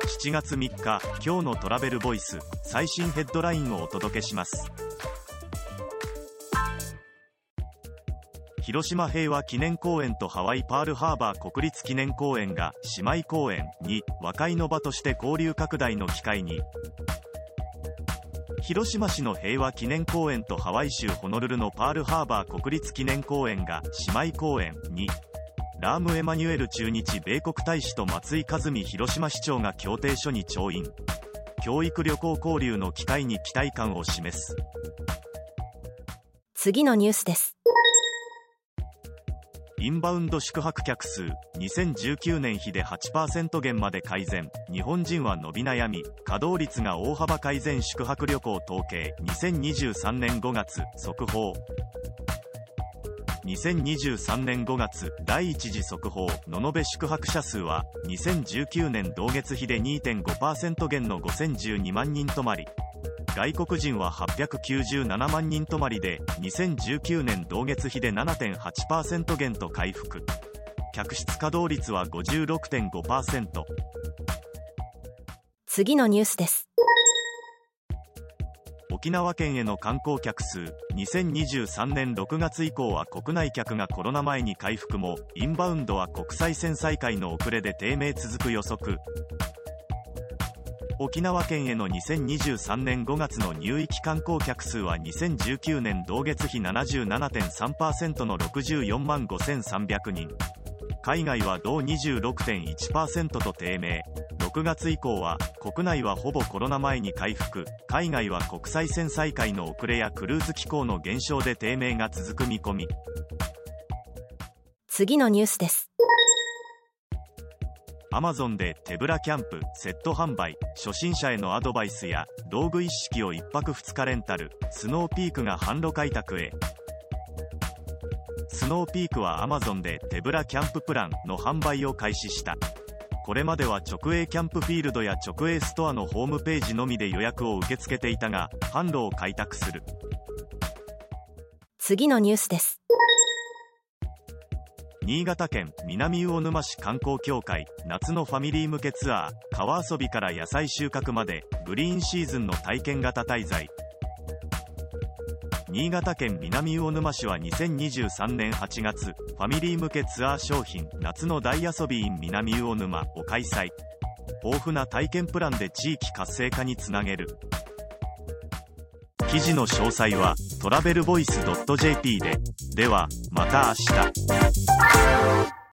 7月3日、今日のトラベルボイス、最新ヘッドラインをお届けします。広島平和記念公園とハワイパールハーバー国立記念公園が姉妹公園に和解の場として交流拡大の機会に。広島市の平和記念公園とハワイ州ホノルルのパールハーバー国立記念公園が姉妹公園に。ラーム・エマニュエル駐日米国大使と松井一実広島市長が協定書に調印。教育旅行交流の機会に期待感を示す。 次のニュースです。 インバウンド宿泊客数、2019年比で 8% 減まで改善。日本人は伸び悩み、稼働率が大幅改善。宿泊旅行統計、2023年5月、速報。2023年5月、第一次速報、の延べ宿泊者数は、2019年同月比で 2.5% 減の5012万人止まり。外国人は897万人止まりで、2019年同月比で 7.8% 減と回復。客室稼働率は 56.5%。 次のニュースです。 沖縄県への観光客数、2023年6月以降は国内客がコロナ前に回復も、インバウンドは国際線再開の遅れで低迷続く予測。沖縄県への2023年5月の入域観光客数は2019年同月比 77.3% の64万5300人。海外は同 26.1% と低迷。6月以降は、国内はほぼコロナ前に回復、海外は国際線再開の遅れやクルーズ機構の減少で低迷が続く見込み。 次のニュースです。 アマゾンで手ぶらキャンプ、セット販売、初心者へのアドバイスや、道具一式を1泊2日レンタル、スノーピークが販路開拓へ。スノーピークはアマゾンで手ぶらキャンププランの販売を開始した。これまでは直営キャンプフィールドや直営ストアのホームページのみで予約を受け付けていたが、販路を開拓する。 次のニュースです。 新潟県南魚沼市観光協会、夏のファミリー向けツアー、川遊びから野菜収穫まで、グリーンシーズンの体験型滞在。新潟県南魚沼市は2023年8月、ファミリー向けツアー商品、夏の大遊び in 南魚沼を開催。豊富な体験プランで地域活性化につなげる。記事の詳細はトラベルボイス .jp で。では、また明日。